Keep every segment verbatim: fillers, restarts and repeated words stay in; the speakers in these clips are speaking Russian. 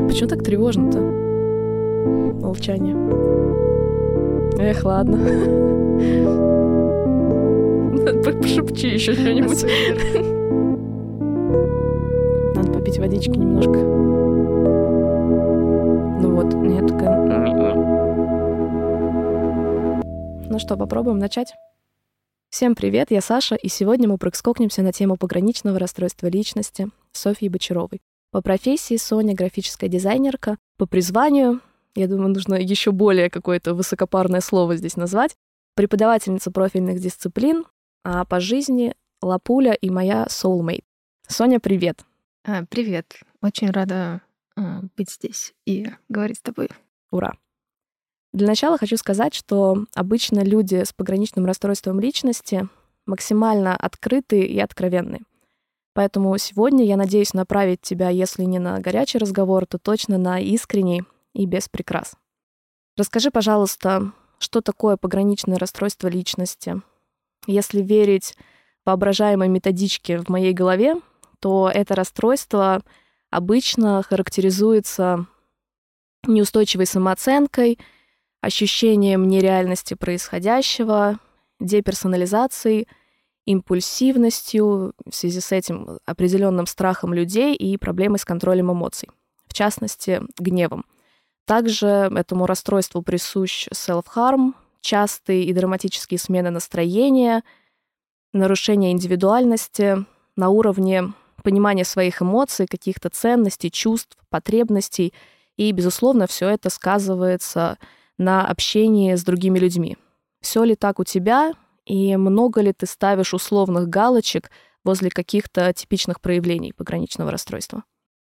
Почему так тревожно-то? Молчание. Эх, ладно. Пошепчи еще что-нибудь. Надо попить водички немножко. Ну вот, я такая... Ну что, попробуем начать? Всем привет, я Саша, и сегодня мы проскокнемся на тему пограничного расстройства личности Софьи Бочаровой. По профессии Соня графическая дизайнерка, по призванию, я думаю, нужно еще более какое-то высокопарное слово здесь назвать, преподавательница профильных дисциплин, а по жизни Лапуля и моя soulmate. Соня, привет. А, привет. Очень рада а, быть здесь и говорить с тобой. Ура. Для начала хочу сказать, что обычно люди с пограничным расстройством личности максимально открыты и откровенны. Поэтому сегодня я надеюсь направить тебя, если не на горячий разговор, то точно на искренний и без прикрас. Расскажи, пожалуйста, что такое пограничное расстройство личности? Если верить воображаемой методичке в моей голове, то это расстройство обычно характеризуется неустойчивой самооценкой, ощущением нереальности происходящего, деперсонализацией, импульсивностью, в связи с этим определенным страхом людей и проблемой с контролем эмоций, в частности, гневом. Также этому расстройству присущ self-harm, частые и драматические смены настроения, нарушение индивидуальности на уровне понимания своих эмоций, каких-то ценностей, чувств, потребностей. И, безусловно, все это сказывается на общении с другими людьми. Все ли так у тебя? И много ли ты ставишь условных галочек возле каких-то типичных проявлений пограничного расстройства?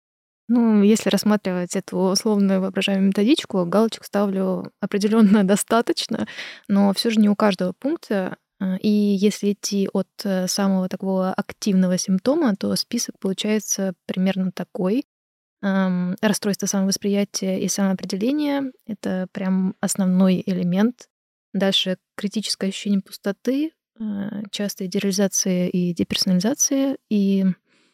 Ну, если рассматривать эту условную воображаемую методичку, галочек ставлю определенно достаточно, но все же не у каждого пункта. И если идти от самого такого активного симптома, то список получается примерно такой. Расстройство самовосприятия и самоопределения — это прям основной элемент. Дальше критическое ощущение пустоты, частая дереализация и деперсонализация, и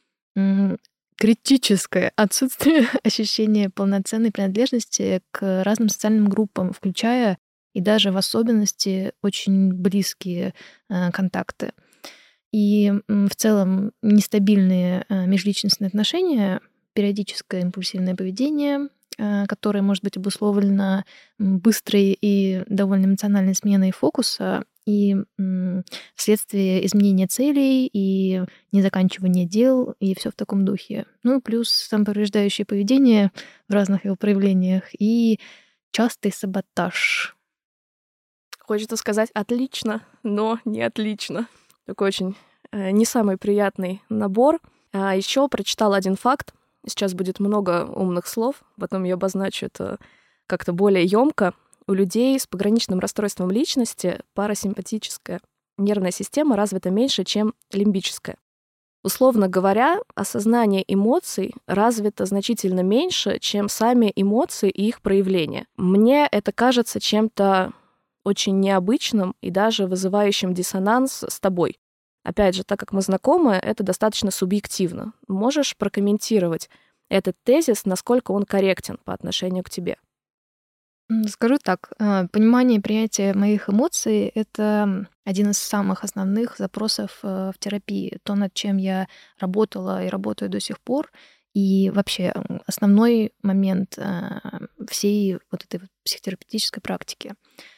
критическое отсутствие ощущения полноценной принадлежности к разным социальным группам, включая и даже в особенности очень близкие контакты. И в целом нестабильные межличностные отношения, периодическое импульсивное поведение, которое может быть обусловлено быстрой и довольно эмоциональной сменой фокуса и вследствие изменения целей и незаканчивания дел, и все в таком духе. Ну, плюс самоповреждающее поведение в разных его проявлениях и частый саботаж. Хочется сказать «отлично», но не отлично. Такой очень э, не самый приятный набор. А еще прочитала один факт. Сейчас будет много умных слов, потом я обозначу это как-то более ёмко. У людей с пограничным расстройством личности парасимпатическая нервная система развита меньше, чем лимбическая. Условно говоря, осознание эмоций развито значительно меньше, чем сами эмоции и их проявления. Мне это кажется чем-то очень необычным и даже вызывающим диссонанс с тобой. Опять же, так как мы знакомы, это достаточно субъективно. Можешь прокомментировать этот тезис, насколько он корректен по отношению к тебе? Скажу так, понимание и принятие моих эмоций — это один из самых основных запросов в терапии. То, над чем я работала и работаю до сих пор. И вообще основной момент всей вот этой психотерапевтической практики.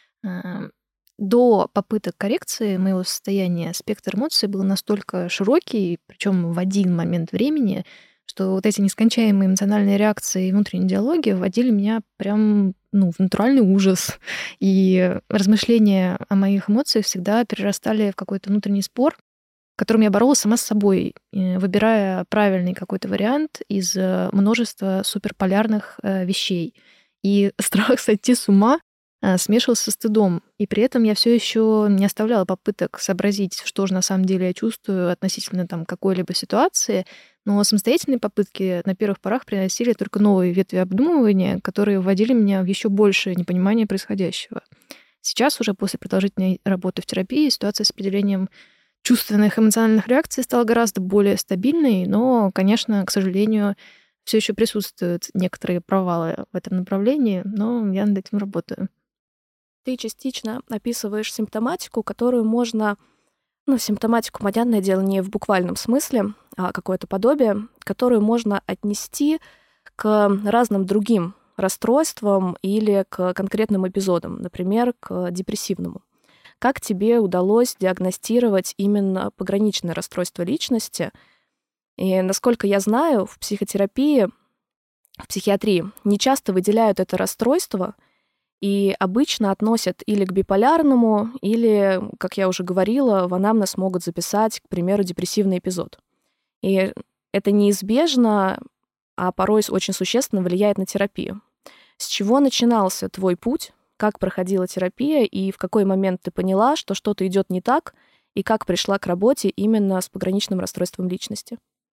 До попыток коррекции моего состояния спектр эмоций был настолько широкий, причем в один момент времени, что вот эти нескончаемые эмоциональные реакции и внутренние диалоги вводили меня прям ну, в натуральный ужас. И размышления о моих эмоциях всегда перерастали в какой-то внутренний спор, в котором я боролась сама с собой, выбирая правильный какой-то вариант из множества суперполярных вещей. И страх сойти с ума смешивался со стыдом. И при этом я все еще не оставляла попыток сообразить, что же на самом деле я чувствую относительно там, какой-либо ситуации. Но самостоятельные попытки на первых порах приносили только новые ветви обдумывания, которые вводили меня в еще большее непонимание происходящего. Сейчас уже после продолжительной работы в терапии ситуация с определением чувственных эмоциональных реакций стала гораздо более стабильной, но, конечно, к сожалению, все еще присутствуют некоторые провалы в этом направлении, но я над этим работаю. Ты частично описываешь симптоматику, которую можно, ну, симптоматику, понятное дело, не в буквальном смысле, а какое-то подобие, которую можно отнести к разным другим расстройствам или к конкретным эпизодам, например, к депрессивному. Как тебе удалось диагностировать именно пограничное расстройство личности? И насколько я знаю, в психотерапии, в психиатрии не часто выделяют это расстройство и обычно относят или к биполярному, или, как я уже говорила, в анамнез могут записать, к примеру, депрессивный эпизод. И это неизбежно, а порой очень существенно влияет на терапию. С чего начинался твой путь? Как проходила терапия и в какой момент ты поняла, что что-то идет не так, и как пришла к работе именно с пограничным расстройством личности?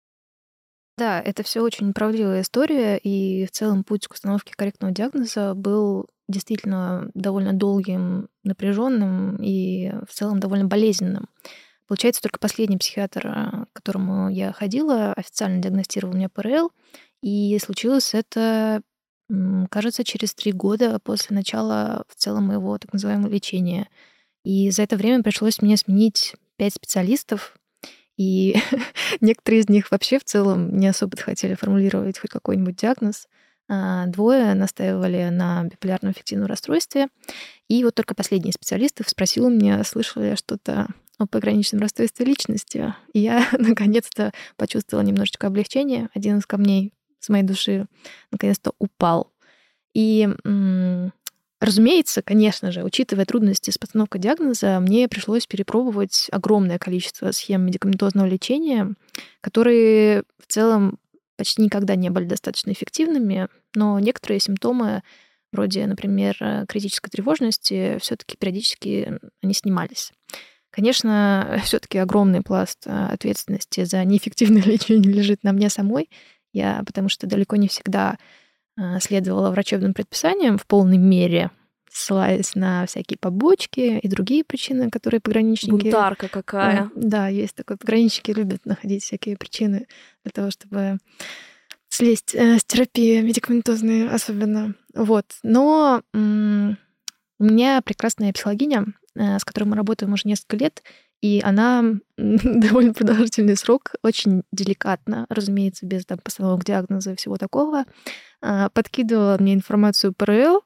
Да, это все очень правдивая история, и в целом путь к установке корректного диагноза был действительно довольно долгим, напряженным и в целом довольно болезненным. Получается, только последний психиатр, а, к которому я ходила, официально диагностировал у меня ПРЛ, и случилось это, м, кажется, через три года после начала в целом моего так называемого лечения. И за это время пришлось мне сменить пять специалистов, и некоторые из них вообще в целом не особо хотели формулировать хоть какой-нибудь диагноз. А, Двое настаивали на биполярном аффективном расстройстве. И вот только последний из специалистов спросил у меня, слышала ли я что-то о пограничном расстройстве личности. И я наконец-то почувствовала немножечко облегчение. Один из камней с моей души наконец-то упал. И, м, разумеется, конечно же, учитывая трудности с постановкой диагноза, мне пришлось перепробовать огромное количество схем медикаментозного лечения, которые в целом почти никогда не были достаточно эффективными, но некоторые симптомы, вроде, например, э, критической тревожности, все-таки периодически они снимались. Конечно, все-таки огромный пласт э, ответственности за неэффективное лечение лежит на мне самой. Я, потому что далеко не всегда э, следовала врачебным предписаниям в полной мере, ссылаясь на всякие побочки и другие причины, которые пограничники... Бунтарка э, какая. Да, есть такое. Пограничники любят находить всякие причины для того, чтобы слезть э, с терапии медикаментозной особенно. Вот. Но м, у меня прекрасная психологиня, э, с которой мы работаем уже несколько лет, и она довольно продолжительный срок, очень деликатно, разумеется, без там, постановок диагноза и всего такого, э, подкидывала мне информацию ПРЛ,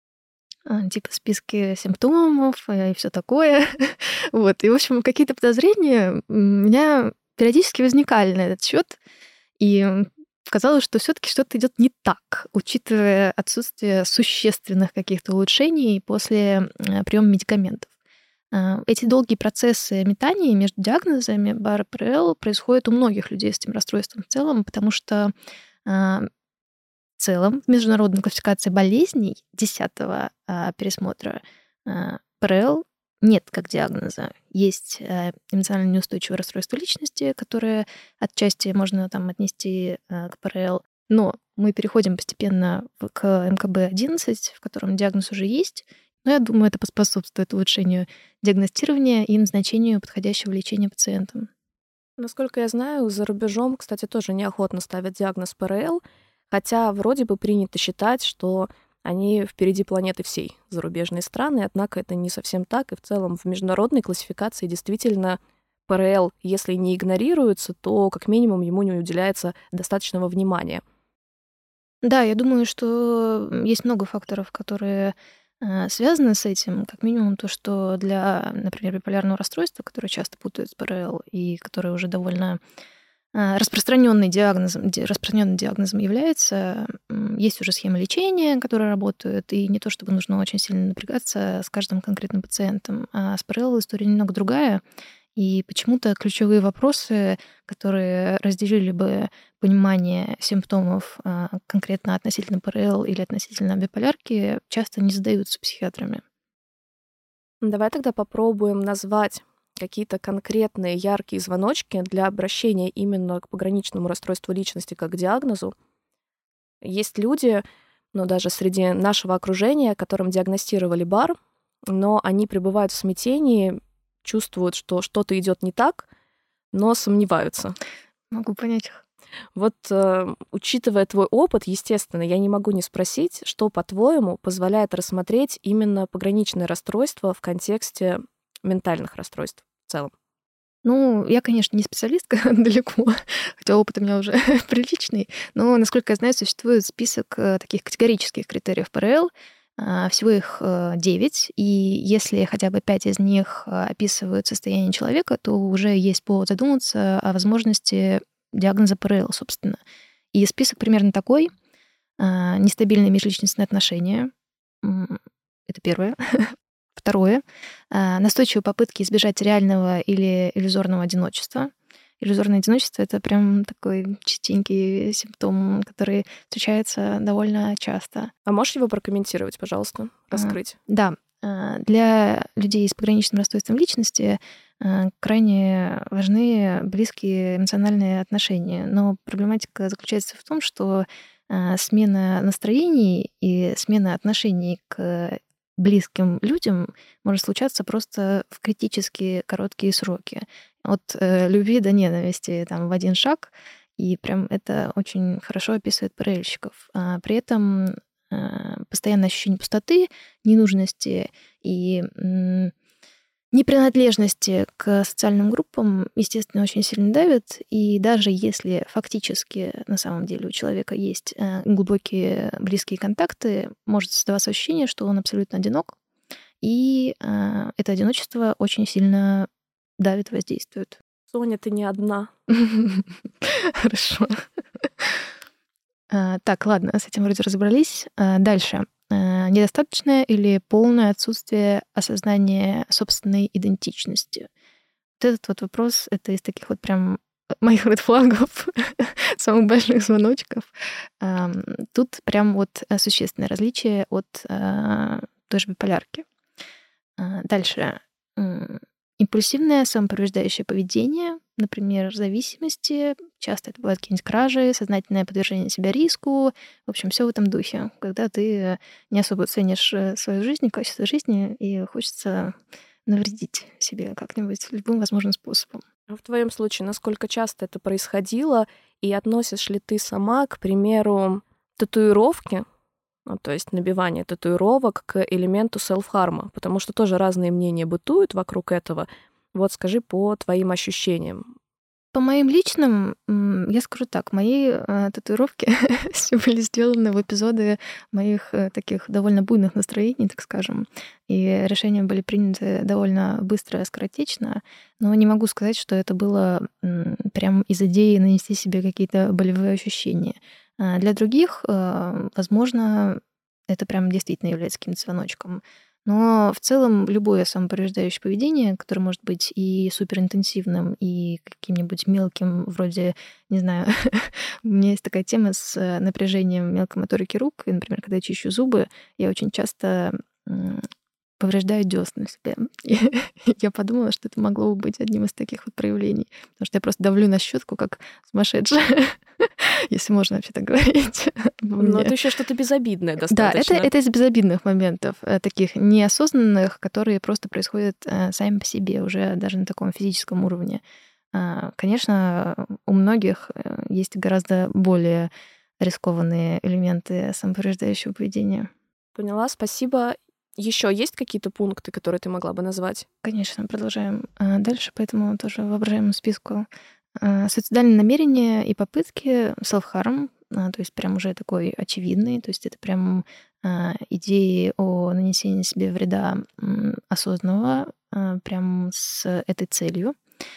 э, типа списки симптомов э, и все такое. Вот. И, в общем, какие-то подозрения у меня периодически возникали на этот счет. И казалось, что все-таки что-то идет не так, учитывая отсутствие существенных каких-то улучшений после э, приема медикаментов. Э, Эти долгие процессы метания между диагнозами бар и ПРЛ происходят у многих людей с этим расстройством в целом, потому что э, в целом в международной классификации болезней десятого пересмотра э, ПРЛ нет как диагноза. Есть э, эмоционально неустойчивое расстройство личности, которое отчасти можно там отнести э, к ПРЛ. Но мы переходим постепенно в- к эм ка бэ одиннадцать, в котором диагноз уже есть. Но я думаю, это поспособствует улучшению диагностирования и назначению подходящего лечения пациентам. Насколько я знаю, за рубежом, кстати, тоже неохотно ставят диагноз ПРЛ, хотя вроде бы принято считать, что они впереди планеты всей, зарубежные страны, однако это не совсем так, и в целом в международной классификации действительно ПРЛ, если не игнорируется, то как минимум ему не уделяется достаточного внимания. Да, я думаю, что есть много факторов, которые э, связаны с этим. Как минимум то, что для, например, биполярного расстройства, которое часто путают с ПРЛ и которое уже довольно э, распространенным диагнозом, ди- распространенным диагнозом является, м, есть уже схемы лечения, которые работают, и не то чтобы нужно очень сильно напрягаться с каждым конкретным пациентом. А с ПРЛ история немного другая. И почему-то ключевые вопросы, которые разделили бы понимание симптомов а, конкретно относительно ПРЛ или относительно биполярки, часто не задаются психиатрами. Давай тогда попробуем назвать какие-то конкретные яркие звоночки для обращения именно к пограничному расстройству личности как к диагнозу. Есть люди, ну, даже среди нашего окружения, которым диагностировали бар, но они пребывают в смятении, чувствуют, что что-то идет не так, но сомневаются. Могу понять их. Вот, э, учитывая твой опыт, естественно, я не могу не спросить, что, по-твоему, позволяет рассмотреть именно пограничные расстройства в контексте ментальных расстройств в целом? Ну, я, конечно, не специалистка далеко, хотя опыт у меня уже приличный, но, насколько я знаю, существует список э, таких категорических критериев ПРЛ. А, Всего их э, девять, и если хотя бы пять из них э, описывают состояние человека, то уже есть повод задуматься о возможности диагноза ПРЛ, собственно. И список примерно такой. А, Нестабильные межличностные отношения. М, Это первое. Второе. а, Настойчивые попытки избежать реального или иллюзорного одиночества. Иллюзорное одиночество — это прям такой частенький симптом, который встречается довольно часто. А можешь его прокомментировать, пожалуйста, А, раскрыть? Да, а, для людей с пограничным расстройством личности а, крайне важны близкие эмоциональные отношения. Но проблематика заключается в том, что а, смена настроений и смена отношений к близким людям может случаться просто в критически короткие сроки. От э, любви до ненависти там, в один шаг. И прям это очень хорошо описывает ПРЛьщиков. А при этом а, постоянное ощущение пустоты, ненужности и м, непринадлежности к социальным группам, естественно, очень сильно давит. И даже если фактически на самом деле у человека есть э, глубокие близкие контакты, может создаваться ощущение, что он абсолютно одинок, и а, это одиночество очень сильно давит, воздействует. Соня, ты не одна. Хорошо. А, Так, ладно, с этим вроде разобрались. А, Дальше. А, Недостаточное или полное отсутствие осознания собственной идентичности. Вот этот вот вопрос — это из таких вот прям моих редфлагов, самых больших звоночков. Ам, Тут прям вот э, существенное различие от а, той же биполярки. А, Дальше. М, Импульсивное самоповреждающее поведение, например, зависимости. Часто это бывают какие-нибудь кражи, сознательное подвержение себя риску. В общем, все в этом духе. Когда ты не особо ценишь э, свою жизнь, качество жизни, и хочется навредить себе как-нибудь любым возможным способом. А в твоем случае, насколько часто это происходило, и относишь ли ты сама, к примеру, татуировки, ну, то есть набивание татуировок к элементу селф-харма? Потому что тоже разные мнения бытуют вокруг этого. Вот скажи по твоим ощущениям. По моим личным, м, я скажу так, мои э, татуировки все были сделаны в эпизоды моих э, таких довольно буйных настроений, так скажем. И решения были приняты довольно быстро и скоротечно. Но не могу сказать, что это было м, прям из идеи нанести себе какие-то болевые ощущения. А Для других, э, возможно, это прям действительно является каким-то звоночком. Но в целом любое самоповреждающее поведение, которое может быть и суперинтенсивным, и каким-нибудь мелким, вроде, не знаю, у меня есть такая тема с э, напряжением мелкой моторики рук. И, например, когда я чищу зубы, я очень часто м, повреждаю десны себе. И я подумала, что это могло бы быть одним из таких вот проявлений. Потому что я просто давлю на щетку, как сумасшедшая, если можно вообще так говорить. обо Но мне. это еще что-то безобидное Да, это, достаточно. это из безобидных моментов, э, таких неосознанных, которые просто происходят э, сами по себе, уже даже на таком физическом уровне. А, Конечно, у многих э, есть гораздо более рискованные элементы самоповреждающего поведения. Поняла, спасибо. Еще есть какие-то пункты, которые ты могла бы назвать? Конечно, продолжаем а, дальше по этому тоже воображаемому списку. А, Суицидальные намерения и попытки, self-harm, а, то есть прям уже такой очевидный, то есть это прям а, идеи о нанесении себе вреда м, осознанного, а, прям с этой целью.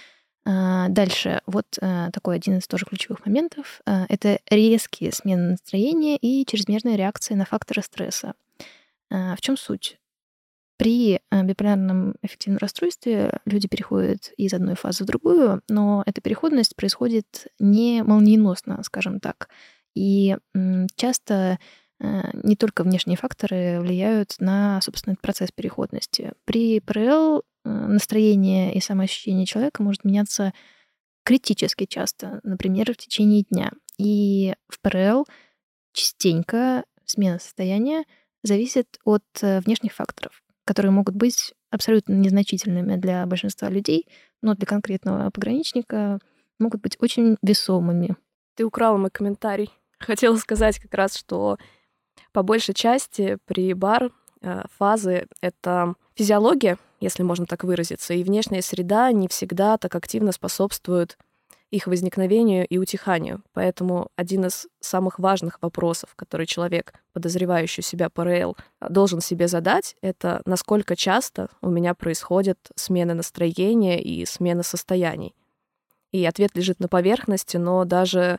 А, Дальше, вот а, такой один из тоже ключевых моментов. а, Это резкие смены настроения и чрезмерная реакция на факторы стресса. А, В чем суть? При э, биполярном аффективном расстройстве люди переходят из одной фазы в другую, но эта переходность происходит не молниеносно, скажем так. И м, часто э, не только внешние факторы влияют на, собственно, этот процесс переходности. При ПРЛ э, настроение и самоощущение человека может меняться критически часто, например, в течение дня. И в ПРЛ частенько смена состояния зависит от э, внешних факторов, которые могут быть абсолютно незначительными для большинства людей, но для конкретного пограничника могут быть очень весомыми. Ты украла мой комментарий. Хотела сказать как раз, что по большей части при бар э, фазы — это физиология, если можно так выразиться, и внешняя среда не всегда так активно способствует их возникновению и утиханию. Поэтому один из самых важных вопросов, который человек, подозревающий себя ПРЛ, должен себе задать, это насколько часто у меня происходит смена настроения и смена состояний. И ответ лежит на поверхности, но даже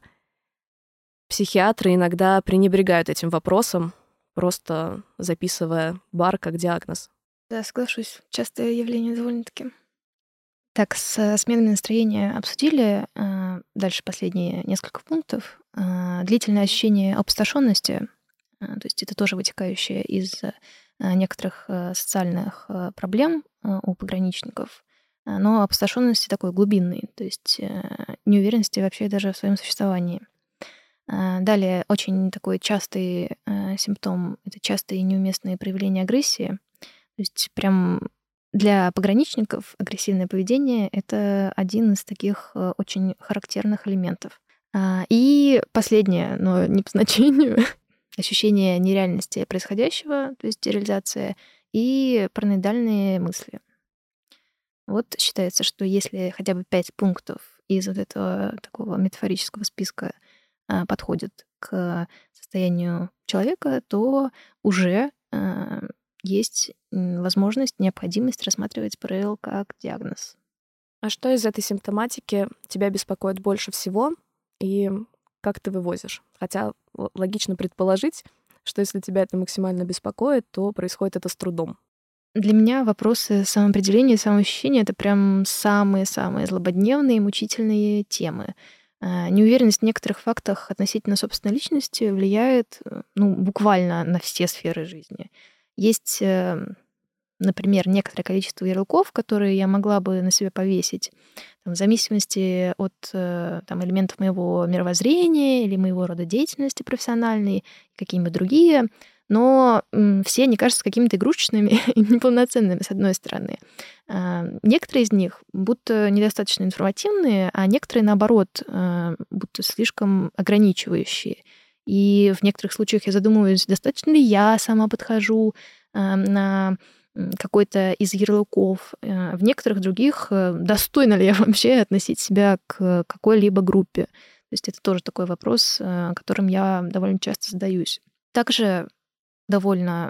психиатры иногда пренебрегают этим вопросом, просто записывая бар как диагноз. Да, соглашусь. Частое явление довольно-таки. Так, с сменами настроения обсудили. А, Дальше последние несколько пунктов. А, Длительное ощущение опустошенности, а, то есть это тоже вытекающее из а, некоторых а, социальных а, проблем а, у пограничников, А, но опустошенности такой глубинной, то есть а, неуверенности вообще даже в своем существовании. А, Далее очень такой частый а, симптом — это частые неуместные проявления агрессии. То есть прям для пограничников агрессивное поведение — это один из таких э, очень характерных элементов. А, И последнее, но не по значению, ощущение нереальности происходящего, то есть дереализация, и параноидальные мысли. Вот считается, что если хотя бы пять пунктов из вот этого такого метафорического списка а, подходят к состоянию человека, то уже а, есть м, возможность, необходимость рассматривать ПРЛ как диагноз. А что из этой симптоматики тебя беспокоит больше всего и как ты вывозишь? Хотя л- логично предположить, что если тебя это максимально беспокоит, то происходит это с трудом. Для меня вопросы самоопределения и самоощущения — это прям самые-самые злободневные, мучительные темы. А, Неуверенность в некоторых фактах относительно собственной личности влияет, э, ну, буквально на все сферы жизни. Есть, э, например, некоторое количество ярлыков, которые я могла бы на себя повесить, там, в зависимости от э, там, элементов моего мировоззрения или моего рода деятельности профессиональной, какие-нибудь другие, но м, все они кажутся какими-то игрушечными и неполноценными, с одной стороны. А, Некоторые из них будто недостаточно информативные, а некоторые, наоборот, а, будто слишком ограничивающие. И в некоторых случаях я задумываюсь, достаточно ли я сама подхожу а, на м, какой-то из ярлыков. А В некоторых других, э, достойна ли я вообще относить себя к какой-либо группе. То есть это тоже такой вопрос, э, которым я довольно часто задаюсь. Также довольно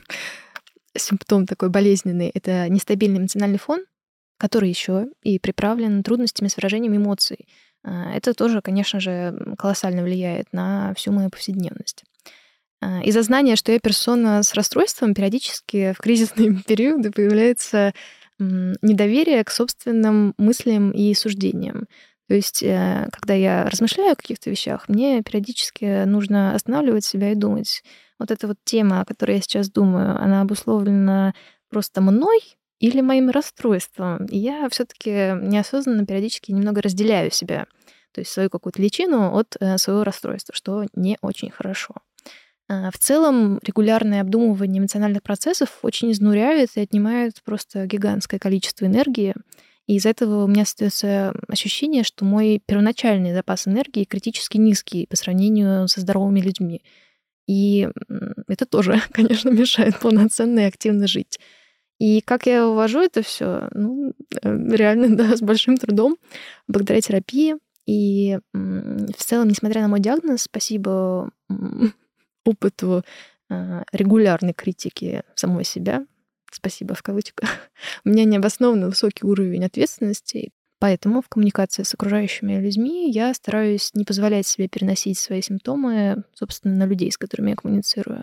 симптом такой болезненный — это нестабильный эмоциональный фон, который еще и приправлен трудностями с выражением эмоций. А, Это тоже, конечно же, м, колоссально влияет на всю мою повседневность. А, Из-за знания, что я персона с расстройством, периодически в кризисные периоды появляется м, недоверие к собственным мыслям и суждениям. То есть, э, когда я размышляю о каких-то вещах, мне периодически нужно останавливать себя и думать: вот эта вот тема, о которой я сейчас думаю, она обусловлена просто мной или моим расстройством? И я все-таки неосознанно периодически немного разделяю себя, то есть свою какую-то личину от э, своего расстройства, что не очень хорошо. А, В целом, регулярное обдумывание эмоциональных процессов очень изнуряет и отнимает просто гигантское количество энергии. И из-за этого у меня остается ощущение, что мой первоначальный запас энергии критически низкий по сравнению со здоровыми людьми. И м, это тоже, конечно, мешает полноценно и активно жить. И как я увожу это все? Ну, э, реально, да, с большим трудом, благодаря терапии. И м, в целом, несмотря на мой диагноз, спасибо м, опыту а, регулярной критики самой себя, спасибо в кавычках, у меня необоснованно высокий уровень ответственности, поэтому в коммуникации с окружающими людьми я стараюсь не позволять себе переносить свои симптомы, собственно, на людей, с которыми я коммуницирую.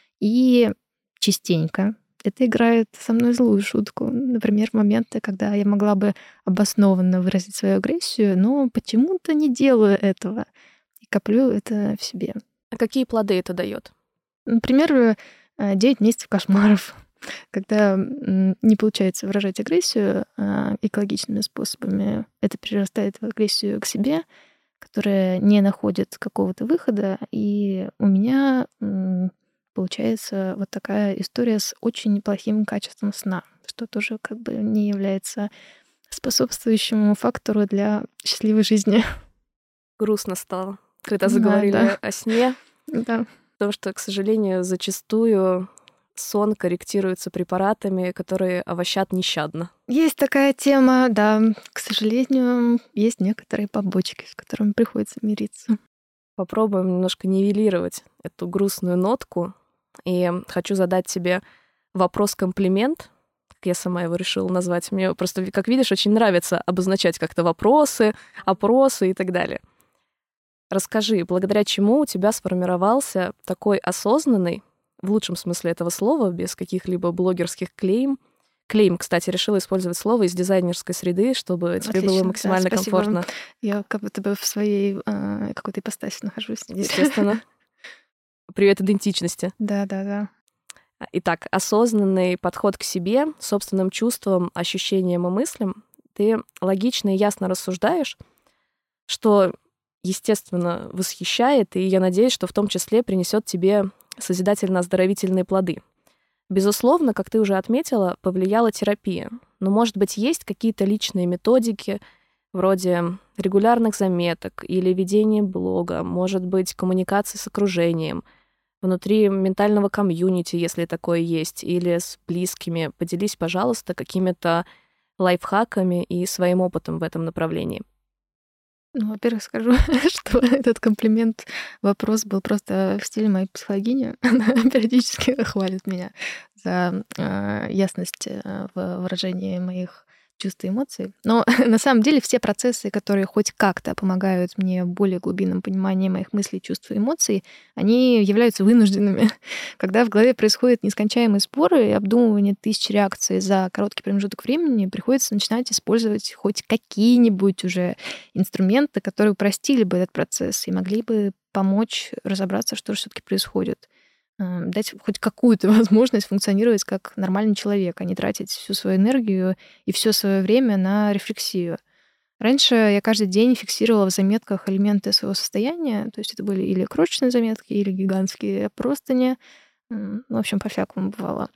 И частенько это играет со мной злую шутку. Например, моменты, когда я могла бы обоснованно выразить свою агрессию, но почему-то не делаю этого и коплю это в себе. А какие плоды это дает? Например, э, девять месяцев кошмаров, когда м, не получается выражать агрессию а, экологичными способами. Это перерастает в агрессию к себе, которая не находит какого-то выхода. И у меня м, получается вот такая история с очень неплохим качеством сна, что тоже как бы не является способствующим фактору для счастливой жизни. Грустно стало. когда Понимаю, заговорили да. о сне, Да. потому что, к сожалению, зачастую сон корректируется препаратами, которые овощат нещадно. Есть такая тема, да. К сожалению, есть некоторые побочки, с которыми приходится мириться. Попробуем немножко нивелировать эту грустную нотку. И хочу задать тебе вопрос-комплимент, как я сама его решила назвать. Мне просто, как видишь, очень нравится обозначать как-то вопросы, опросы и так далее. Расскажи, благодаря чему у тебя сформировался такой осознанный, в лучшем смысле этого слова, без каких-либо блогерских клейм. Клейм, кстати, решила использовать слово из дизайнерской среды, чтобы тебе было Отлично, да, максимально спасибо. комфортно. Я как будто бы в своей а, какой-то ипостаси нахожусь теперь. Естественно. Привет идентичности. Да-да-да. Итак, осознанный подход к себе, собственным чувствам, ощущениям и мыслям. Ты логично и ясно рассуждаешь, что, естественно, восхищает, и я надеюсь, что в том числе принесет тебе созидательно-оздоровительные плоды. Безусловно, как ты уже отметила, повлияла терапия. Но, может быть, есть какие-то личные методики, вроде регулярных заметок или ведения блога, может быть, коммуникации с окружением, внутри ментального комьюнити, если такое есть, или с близкими. Поделись, пожалуйста, какими-то лайфхаками и своим опытом в этом направлении. Ну, во-первых, скажу, что этот комплимент, вопрос был просто в стиле моей психологини. Она периодически хвалит меня за э, ясность э, в выражении моих чувств и эмоций. Но на самом деле все процессы, которые хоть как-то помогают мне в более глубинном понимании моих мыслей, чувств и эмоций, они являются вынужденными. Когда в голове происходят нескончаемые споры и обдумывание тысяч реакций за короткий промежуток времени, приходится начинать использовать хоть какие-нибудь уже инструменты, которые упростили бы этот процесс и могли бы помочь разобраться, что же все-таки происходит. Э, Дать хоть какую-то возможность функционировать как нормальный человек, а не тратить всю свою энергию и все свое время на рефлексию. Раньше я каждый день фиксировала в заметках элементы своего состояния, то есть это были или крошечные заметки, или гигантские простыни. М, В общем, по-всякому бывало.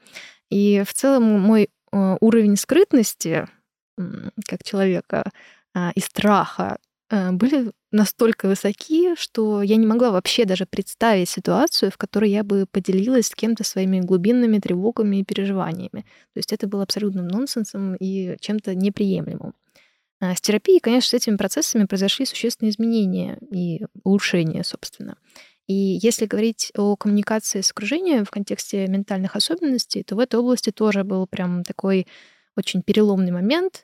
И в целом мой э, уровень скрытности м, как человека а, и страха э, были настолько высоки, что я не могла вообще даже представить ситуацию, в которой я бы поделилась с кем-то своими глубинными тревогами и переживаниями. То есть это было абсолютным нонсенсом и чем-то неприемлемым. А С терапией, конечно, с этими процессами произошли существенные изменения и улучшения, собственно. И если говорить о коммуникации с окружением в контексте ментальных особенностей, то в этой области тоже был прям такой очень переломный момент.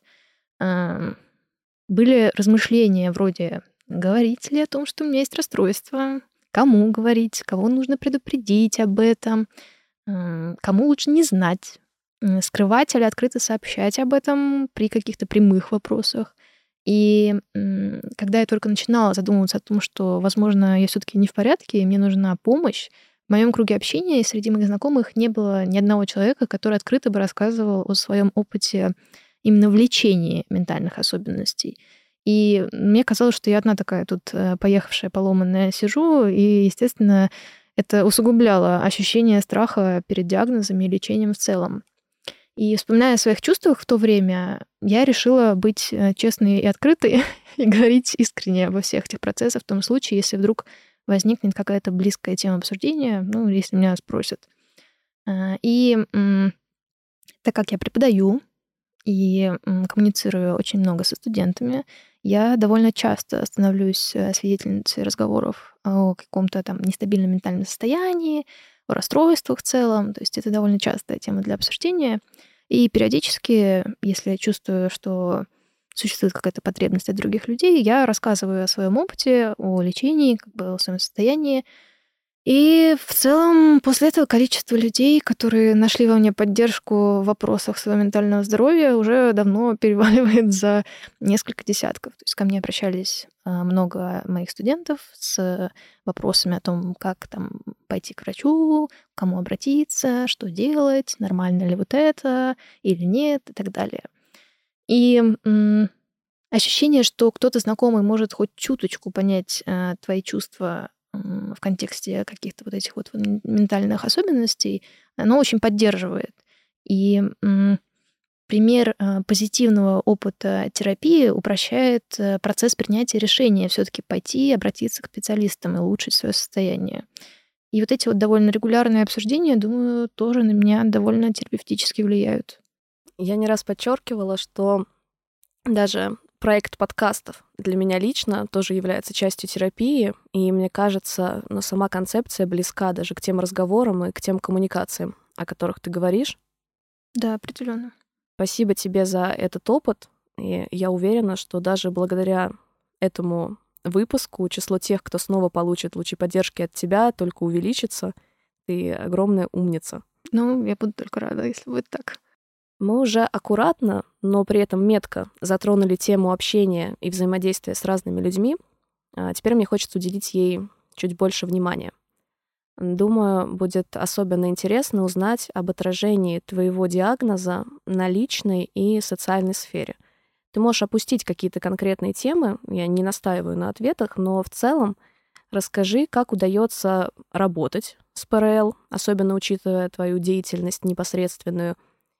Ам, Были размышления вроде говорить ли о том, что у меня есть расстройство, кому говорить, кого нужно предупредить об этом, м, кому лучше не знать, м, скрывать или открыто сообщать об этом при каких-то прямых вопросах. И м, когда я только начинала задумываться о том, что, возможно, я все-таки не в порядке, и мне нужна помощь, в моем круге общения и среди моих знакомых не было ни одного человека, который открыто бы рассказывал о своем опыте именно в лечении ментальных особенностей. И мне казалось, что я одна такая тут э, поехавшая, поломанная сижу, и, естественно, это усугубляло ощущение страха перед диагнозами и лечением в целом. И вспоминая о своих чувствах в то время, я решила быть э, честной и открытой и говорить искренне обо всех этих процессах в том случае, если вдруг возникнет какая-то близкая тема обсуждения, ну, если меня спросят. А, И м, так как я преподаю и м, коммуницирую очень много со студентами, я довольно часто становлюсь э, свидетельницей разговоров о каком-то там нестабильном ментальном состоянии, о расстройствах в целом. То есть это довольно частая тема для обсуждения. И периодически, если я чувствую, что существует какая-то потребность от других людей, я рассказываю о своем опыте, о лечении, как бы о своем состоянии. И в целом после этого количество людей, которые нашли во мне поддержку в вопросах своего ментального здоровья, уже давно переваливает за несколько десятков. То есть ко мне обращались а, много моих студентов с вопросами о том, как там пойти к врачу, к кому обратиться, что делать, нормально ли вот это или нет и так далее. И м, ощущение, что кто-то знакомый может хоть чуточку понять а, твои чувства м, в контексте каких-то вот этих вот м- ментальных особенностей, оно очень поддерживает. И м, пример э, позитивного опыта терапии упрощает э, процесс принятия решения все-таки пойти, обратиться к специалистам и улучшить свое состояние. И вот эти вот довольно регулярные обсуждения, думаю, тоже на меня довольно терапевтически влияют. Я не раз подчеркивала, что даже проект подкастов для меня лично тоже является частью терапии, и мне кажется, ну, сама концепция близка даже к тем разговорам и к тем коммуникациям, о которых ты говоришь. Да, определенно. Спасибо тебе за этот опыт, и я уверена, что даже благодаря этому выпуску число тех, кто снова получит лучи поддержки от тебя, только увеличится. Ты огромная умница. Ну, я буду только рада, если будет так. Мы уже аккуратно, но при этом метко затронули тему общения и взаимодействия с разными людьми. А теперь мне хочется уделить ей чуть больше внимания. Думаю, будет особенно интересно узнать об отражении твоего диагноза на личной и социальной сфере. Ты можешь опустить какие-то конкретные темы, я не настаиваю на ответах, но в целом расскажи, как удается работать с ПРЛ, особенно учитывая твою деятельность непосредственную,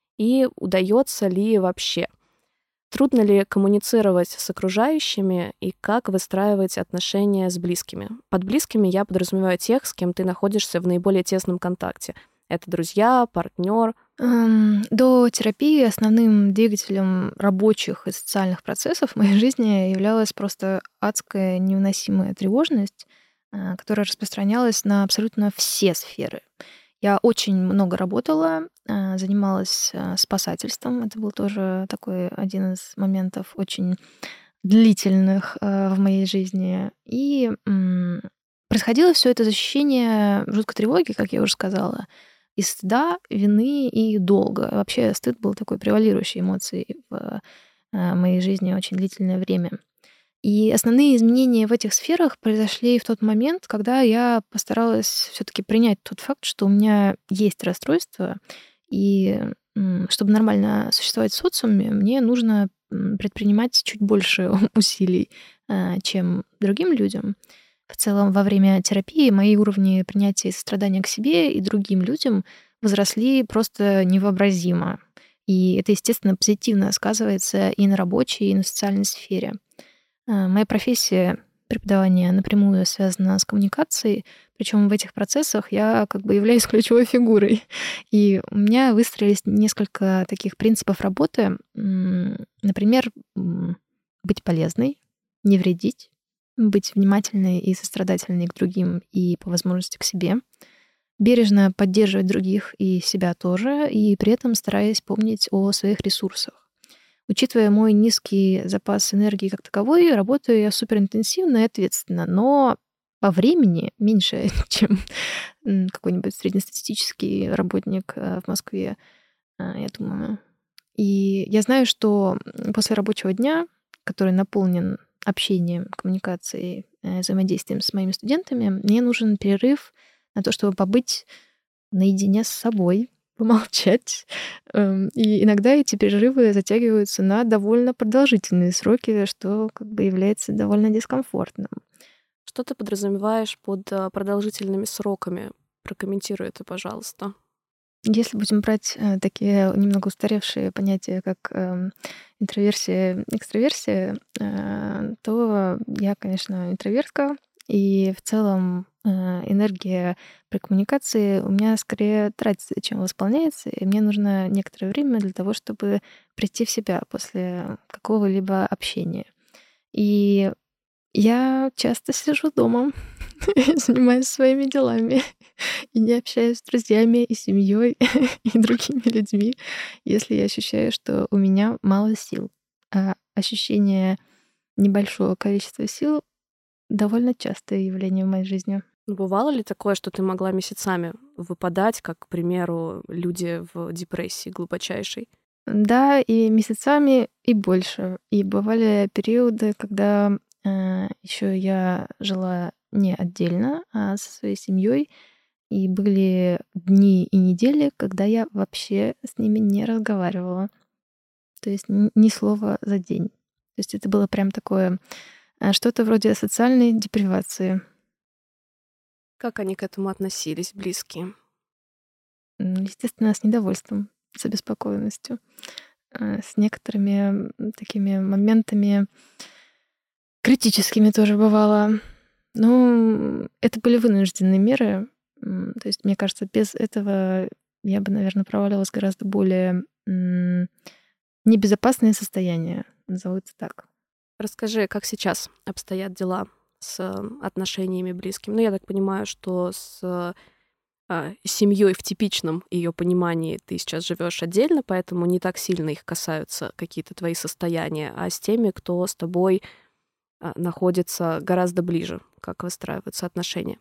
и удается ли вообще. Трудно ли коммуницировать с окружающими и как выстраивать отношения с близкими? Под близкими я подразумеваю тех, с кем ты находишься в наиболее тесном контакте. Это друзья, партнер. Эм, До терапии основным двигателем рабочих и социальных процессов в моей жизни являлась просто адская невыносимая тревожность, э, которая распространялась на абсолютно все сферы. Я очень много работала, э, занималась э, спасательством. Это был тоже такой один из моментов очень длительных э, в моей жизни. И м, происходило все это из ощущения жуткой тревоги, как я уже сказала, и стыда, вины и долга. Вообще стыд был такой превалирующей эмоцией в э, моей жизни очень длительное время. И основные изменения в этих сферах произошли в тот момент, когда я постаралась все-таки принять тот факт, что у меня есть расстройство, и м, чтобы нормально существовать в социуме, мне нужно м, предпринимать чуть больше усилий, э, чем другим людям. В целом, во время терапии мои уровни принятия и сострадания к себе и другим людям возросли просто невообразимо. И это, естественно, позитивно сказывается и на рабочей, и на социальной сфере. А, Моя профессия преподавания напрямую связана с коммуникацией, причем в этих процессах я как бы являюсь ключевой фигурой. И у меня выстроились несколько таких принципов работы. М, Например, м, быть полезной, не вредить, быть внимательной и сострадательной к другим и по возможности к себе, бережно поддерживать других и себя тоже, и при этом стараясь помнить о своих ресурсах. Учитывая мой низкий запас энергии как таковой, работаю я суперинтенсивно и ответственно, но по времени меньше, чем м, какой-нибудь среднестатистический работник э, в Москве, э, я думаю. И я знаю, что м, после рабочего дня, который наполнен общением, коммуникацией, э, взаимодействием с моими студентами, мне нужен перерыв на то, чтобы побыть наедине с собой, помолчать. Эм, И иногда эти перерывы затягиваются на довольно продолжительные сроки, что как бы является довольно дискомфортным. Что ты подразумеваешь под а, продолжительными сроками? Прокомментируй это, пожалуйста. Если будем брать э, такие немного устаревшие понятия, как эм, интроверсия, экстраверсия, э, то я, конечно, интровертка, и в целом э, энергия при коммуникации у меня скорее тратится, чем восполняется, и мне нужно некоторое время для того, чтобы прийти в себя после какого-либо общения. И я часто сижу дома, занимаюсь своими делами и не общаюсь с друзьями и семьей и другими людьми, если я ощущаю, что у меня мало сил. А ощущение небольшого количества сил довольно частое явление в моей жизни. Ну, бывало ли такое, что ты могла месяцами выпадать, как, к примеру, люди в депрессии глубочайшей? Да, и месяцами, и больше. И бывали периоды, когда еще я жила не отдельно, а со своей семьей, и были дни и недели, когда я вообще с ними не разговаривала. То есть н- ни слова за день. То есть это было прям такое а, что-то вроде социальной депривации. Как они к этому относились, близкие? М, Естественно, с недовольством, с обеспокоенностью. э, с некоторыми такими моментами критическими тоже бывало. Ну, это были вынужденные меры. То есть, мне кажется, без этого я бы, наверное, провалилась гораздо более небезопасное состояние, назову это так. Расскажи, как сейчас обстоят дела с отношениями близкими? Ну, я так понимаю, что с а, семьей в типичном ее понимании ты сейчас живешь отдельно, поэтому не так сильно их касаются какие-то твои состояния, а с теми, кто с тобой а, находится гораздо ближе, как выстраиваются отношения.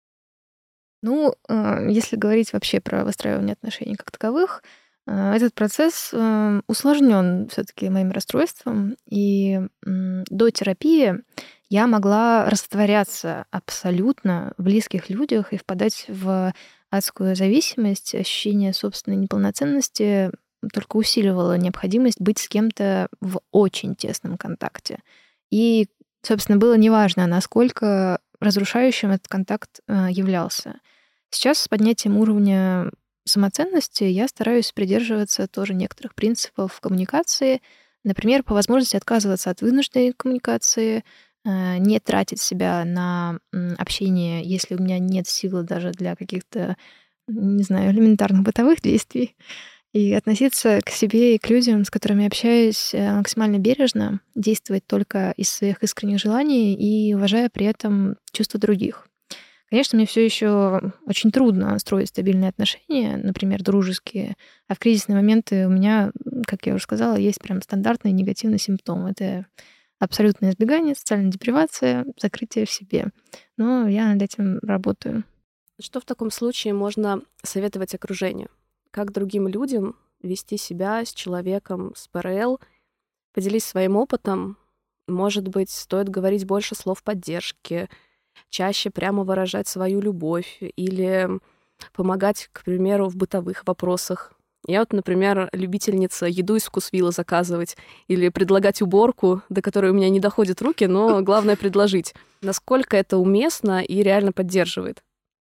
Ну, э, если говорить вообще про выстраивание отношений как таковых, э, этот процесс э, усложнен все-таки моим расстройством. И м, до терапии я могла растворяться абсолютно в близких людях и впадать в адскую зависимость. Ощущение собственной неполноценности только усиливало необходимость быть с кем-то в очень тесном контакте. И, собственно, было неважно, насколько разрушающим этот контакт э, являлся. Сейчас с поднятием уровня самоценности я стараюсь придерживаться тоже некоторых принципов коммуникации. Например, по возможности отказываться от вынужденной коммуникации, э, не тратить себя на м, общение, если у меня нет силы даже для каких-то, не знаю, элементарных бытовых действий, и относиться к себе и к людям, с которыми общаюсь, э, максимально бережно, действовать только из своих искренних желаний и уважая при этом чувства других. Конечно, мне все еще очень трудно строить стабильные отношения, например, дружеские, а в кризисные моменты у меня, м, как я уже сказала, есть прям стандартный негативный симптом. Это абсолютное избегание, социальная депривация, закрытие в себе. Но я над этим работаю. Что в таком случае можно советовать окружению? Как другим людям вести себя с человеком с ПРЛ? Поделись своим опытом. Может быть, стоит говорить больше слов поддержки, чаще прямо выражать свою любовь или помогать, к примеру, в бытовых вопросах. Я вот, например, любительница еду из вкусвилла заказывать или предлагать уборку, до которой у меня не доходят руки, но главное предложить. Насколько это уместно и реально поддерживает?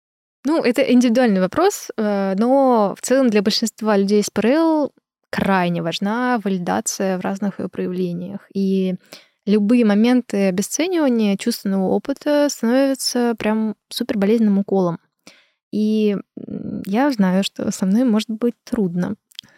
Ну, это индивидуальный вопрос, э, но в целом для большинства людей с ПРЛ крайне важна валидация в разных ее проявлениях. И любые моменты обесценивания чувственного опыта становятся прям супер болезненным уколом. И м, я знаю, что со мной может быть трудно.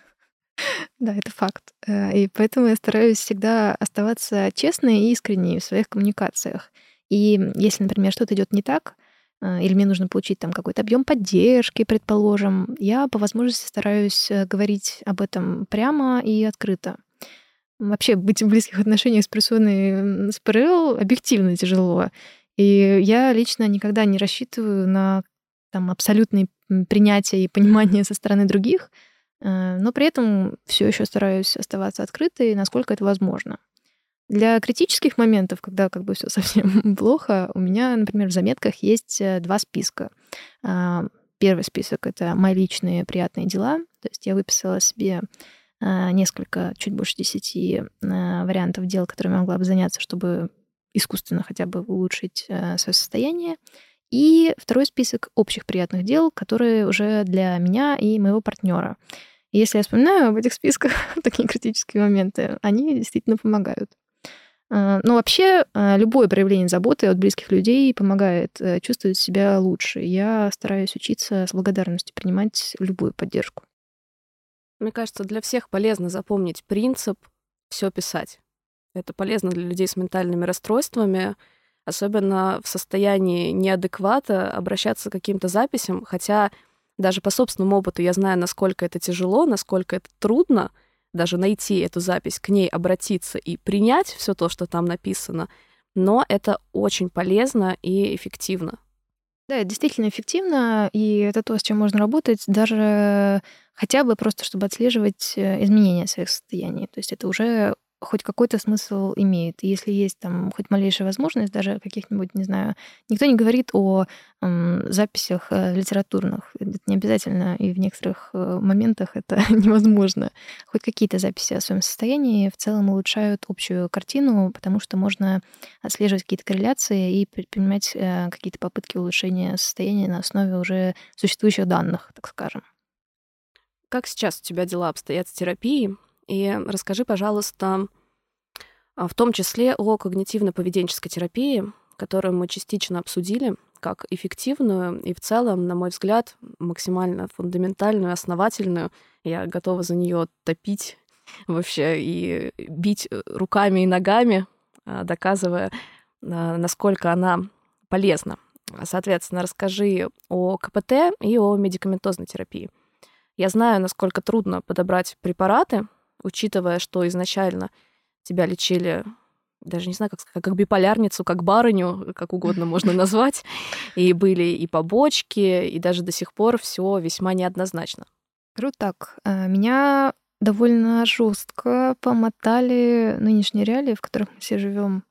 Да, это факт. Э, И поэтому я стараюсь всегда оставаться честной и искренней в своих коммуникациях. И если, например, что-то идет не так, э, или мне нужно получить там какой-то объем поддержки, предположим, я по возможности стараюсь э, говорить об этом прямо и открыто. Вообще быть в близких отношениях с персоной м, с ПРЛ объективно тяжело. И я лично никогда не рассчитываю на там абсолютное м, принятие и понимание со стороны других, э, но при этом все еще стараюсь оставаться открытой, насколько это возможно. Для критических моментов, когда как бы все совсем плохо, у меня, например, в заметках есть э, два списка. А, Первый список — это мои личные приятные дела. То есть я выписала себе а, несколько, чуть больше десяти а, вариантов дел, которыми я могла бы заняться, чтобы искусственно хотя бы улучшить свое состояние. И второй список общих приятных дел, которые уже для меня и моего партнера. И если я вспоминаю об этих списках в такие критические моменты, они действительно помогают. А, Но вообще а, любое проявление заботы от близких людей помогает э, чувствовать себя лучше. Я стараюсь учиться с благодарностью принимать любую поддержку. Мне кажется, для всех полезно запомнить принцип все писать. Это полезно для людей с ментальными расстройствами, особенно в состоянии неадеквата обращаться к каким-то записям, хотя даже по собственному опыту я знаю, насколько это тяжело, насколько это трудно даже найти эту запись, к ней обратиться и принять все то, что там написано, но это очень полезно и эффективно. Да, это действительно эффективно, и это то, с чем можно работать, даже хотя бы просто, чтобы отслеживать э, изменения своих состояний. То есть это уже хоть какой-то смысл имеет. И если есть там хоть малейшая возможность, даже каких-нибудь, не знаю, никто не говорит о м, записях э, литературных. Это не обязательно, и в некоторых э, моментах это невозможно. Хоть какие-то записи о своем состоянии в целом улучшают общую картину, потому что можно отслеживать какие-то корреляции и предпринимать э, какие-то попытки улучшения состояния на основе уже существующих данных, так скажем. Как сейчас у тебя дела обстоят с терапией? И расскажи, пожалуйста, в том числе о когнитивно-поведенческой терапии, которую мы частично обсудили, как эффективную и в целом, на мой взгляд, максимально фундаментальную, основательную. Я готова за нее топить вообще и бить руками и ногами, доказывая, насколько она полезна. Соответственно, расскажи о КПТ и о медикаментозной терапии. Я знаю, насколько трудно подобрать препараты, учитывая, что изначально тебя лечили, даже не знаю, как сказать, как биполярницу, как барыню, как угодно можно назвать, и были и побочки, и даже до сих пор все весьма неоднозначно. Скажу так, меня довольно жестко помотали нынешние реалии, в которых мы все живем,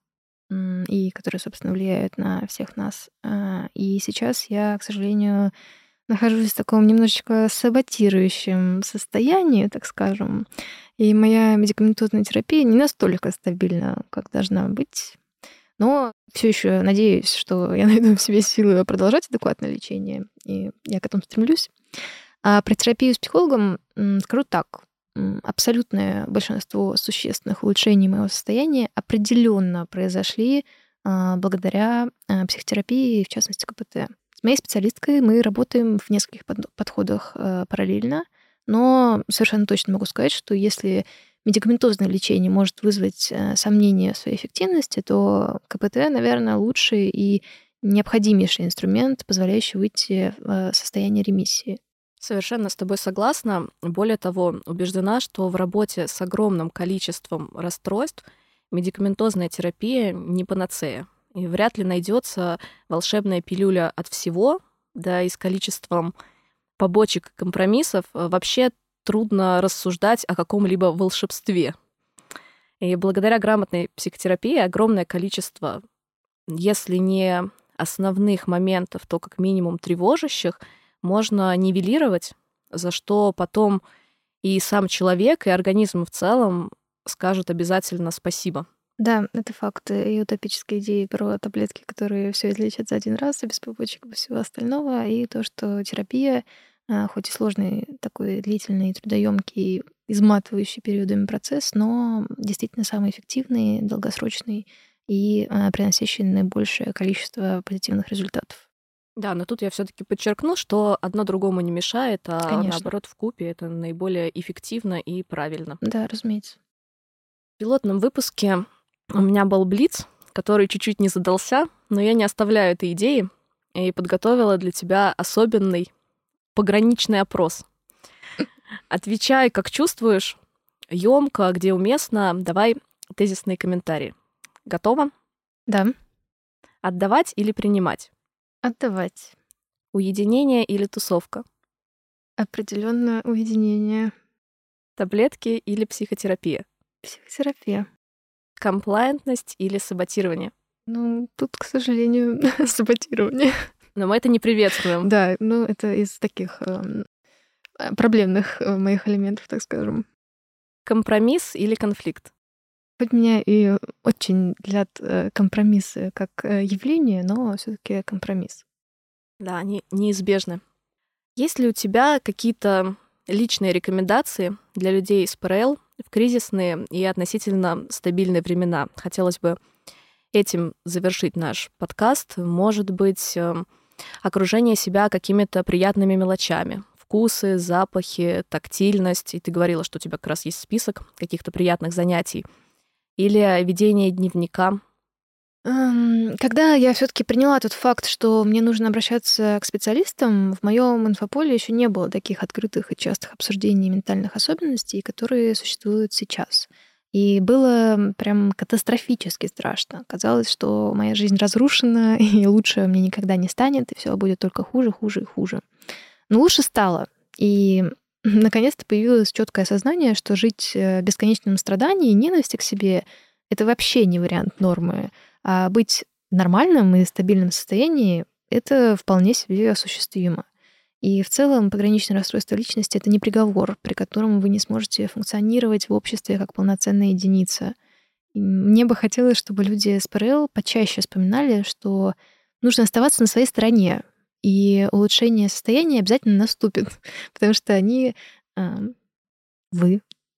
и которые, собственно, влияют на всех нас. И сейчас я, к сожалению, нахожусь в таком немножечко саботирующем состоянии, так скажем. И моя медикаментозная терапия не настолько стабильна, как должна быть. Но все еще надеюсь, что я найду в себе силы продолжать адекватное лечение, и я к этому стремлюсь. А про терапию с психологом скажу так. Абсолютное большинство существенных улучшений моего состояния определенно произошли благодаря психотерапии, в частности, КПТ. С моей специалисткой мы работаем в нескольких подходах параллельно, но совершенно точно могу сказать, что если медикаментозное лечение может вызвать сомнения в своей эффективности, то КПТ, наверное, лучший и необходимейший инструмент, позволяющий выйти в состояние ремиссии. Совершенно с тобой согласна. Более того, убеждена, что в работе с огромным количеством расстройств медикаментозная терапия не панацея. И вряд ли найдется волшебная пилюля от всего, да и с количеством побочек и компромиссов вообще трудно рассуждать о каком-либо волшебстве. И благодаря грамотной психотерапии огромное количество, если не основных моментов, то как минимум тревожащих, можно нивелировать, за что потом и сам человек, и организм в целом скажут обязательно спасибо. Да, это факт. И утопические идеи про таблетки, которые все излечат за один раз, и без побочек и всего остального, и то, что терапия, хоть и сложный, такой длительный, трудоемкий, изматывающий периодами процесс, но действительно самый эффективный, долгосрочный и приносящий наибольшее количество позитивных результатов. Да, но тут я все-таки подчеркну, что одно другому не мешает, а Конечно. наоборот вкупе это наиболее эффективно и правильно. Да, разумеется. В пилотном выпуске у меня был блиц, который чуть-чуть не задался, но я не оставляю этой идеи и подготовила для тебя особенный пограничный опрос. Отвечай, как чувствуешь, ёмко, где уместно, давай тезисные комментарии. Готова? Да. Отдавать или принимать? Отдавать. Уединение или тусовка? Определенное уединение. Таблетки или психотерапия? Психотерапия. Комплаентность или саботирование? Ну, тут, к сожалению, саботирование. Но мы это не приветствуем. Да, ну это из таких э, проблемных э, моих элементов, так скажем. Компромисс или конфликт? Хоть меня и очень длят э, компромиссы как э, явление, но все-таки компромисс. Да, они неизбежны. Есть ли у тебя какие-то личные рекомендации для людей с ПРЛ в кризисные и относительно стабильные времена? Хотелось бы этим завершить наш подкаст. Может быть, окружение себя какими-то приятными мелочами. Вкусы, запахи, тактильность. И ты говорила, что у тебя как раз есть список каких-то приятных занятий. Или ведение дневника. Когда я все-таки приняла тот факт, что мне нужно обращаться к специалистам, в моем инфополе еще не было таких открытых и частых обсуждений ментальных особенностей, которые существуют сейчас. И было прям катастрофически страшно. Казалось, что моя жизнь разрушена, и лучше мне никогда не станет, и все будет только хуже, хуже и хуже. Но лучше стало. И наконец-то появилось четкое осознание, что жить в бесконечном страдании и ненависти к себе — это вообще не вариант нормы. А быть в нормальном и стабильном состоянии — это вполне себе осуществимо. И в целом пограничное расстройство личности — это не приговор, при котором вы не сможете функционировать в обществе как полноценная единица. И мне бы хотелось, чтобы люди с ПРЛ почаще вспоминали, что нужно оставаться на своей стороне, и улучшение состояния обязательно наступит, потому что они, вы,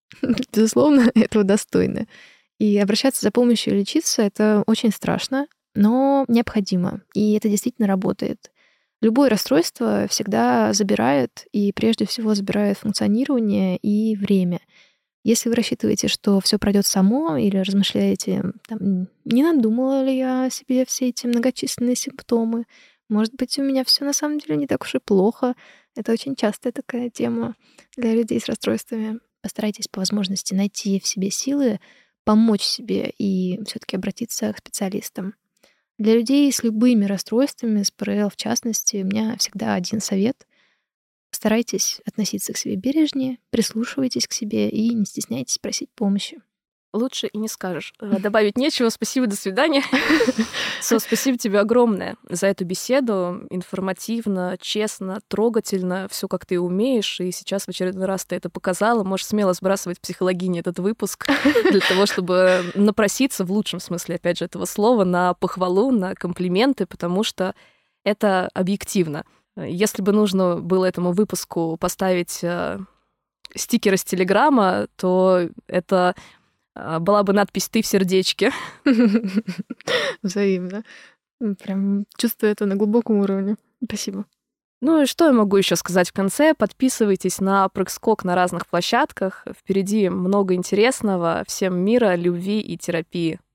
безусловно, этого достойны. И обращаться за помощью и лечиться — это очень страшно, но необходимо. И это действительно работает. Любое расстройство всегда забирает, и прежде всего забирает функционирование и время. Если вы рассчитываете, что все пройдет само, или размышляете, там, не надумала ли я о себе все эти многочисленные симптомы, может быть, у меня все на самом деле не так уж и плохо. Это очень частая такая тема для людей с расстройствами. Постарайтесь по возможности найти в себе силы, помочь себе и все-таки обратиться к специалистам. Для людей с любыми расстройствами, с ПРЛ в частности, у меня всегда один совет. Старайтесь относиться к себе бережнее, прислушивайтесь к себе и не стесняйтесь просить помощи. Лучше и не скажешь. Добавить нечего. Спасибо, до свидания. Со, спасибо тебе огромное за эту беседу. Информативно, честно, трогательно. Все как ты умеешь. И сейчас в очередной раз ты это показала. Можешь смело сбрасывать психологини этот выпуск для того, чтобы напроситься, в лучшем смысле, опять же, этого слова, на похвалу, на комплименты, потому что это объективно. Если бы нужно было этому выпуску поставить стикер из Телеграма, то это была бы надпись «Ты в сердечке». Взаимно. Прям чувствую это на глубоком уровне. Спасибо. Ну и что я могу еще сказать в конце? Подписывайтесь на Прыг-скок на разных площадках. Впереди много интересного. Всем мира, любви и терапии.